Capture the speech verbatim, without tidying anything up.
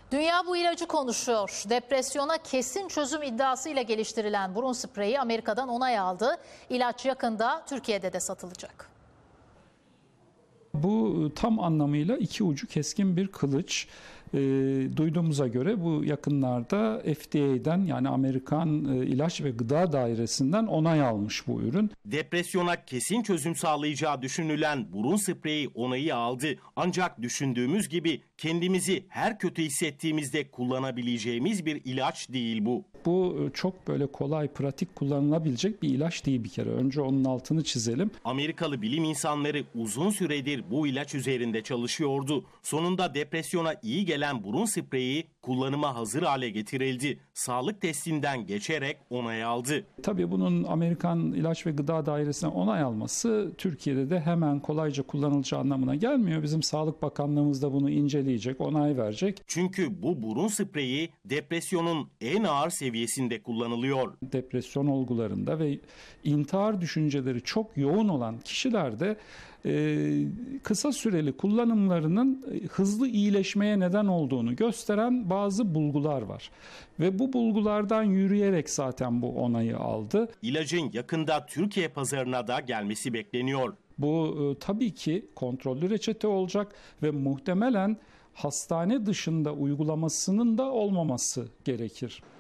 Dünya bu ilacı konuşuyor. Depresyona kesin çözüm iddiasıyla geliştirilen burun spreyi Amerika'dan onay aldı. İlaç yakında Türkiye'de de satılacak. Bu tam anlamıyla iki ucu keskin bir kılıç. E, duyduğumuza göre bu yakınlarda F D A'den yani Amerikan e, İlaç ve Gıda Dairesi'nden onay almış bu ürün. Depresyona kesin çözüm sağlayacağı düşünülen burun spreyi onayı aldı. Ancak düşündüğümüz gibi kendimizi her kötü hissettiğimizde kullanabileceğimiz bir ilaç değil bu. Bu çok böyle kolay, pratik kullanılabilecek bir ilaç değil bir kere. Önce onun altını çizelim. Amerikalı bilim insanları uzun süredir bu ilaç üzerinde çalışıyordu. Sonunda depresyona iyi gelen burun spreyi kullanıma hazır hale getirildi. Sağlık testinden geçerek onay aldı. Tabii bunun Amerikan İlaç ve Gıda Dairesi'ne onay alması Türkiye'de de hemen kolayca kullanılacağı anlamına gelmiyor. Bizim Sağlık Bakanlığımız da bunu inceleyecek, onay verecek. Çünkü bu burun spreyi depresyonun en ağır seviyesinde kullanılıyor. Depresyon olgularında ve intihar düşünceleri çok yoğun olan kişilerde e, kısa süreli kullanımlarının hızlı iyileşmeye neden olduğunu gösteren bazı bulgular var. Ve bu bulgulardan yürüyerek zaten bu onayı aldı. İlacın yakında Türkiye pazarına da gelmesi bekleniyor. Bu e, tabii ki kontrollü reçete olacak ve muhtemelen hastane dışında uygulamasının da olmaması gerekir.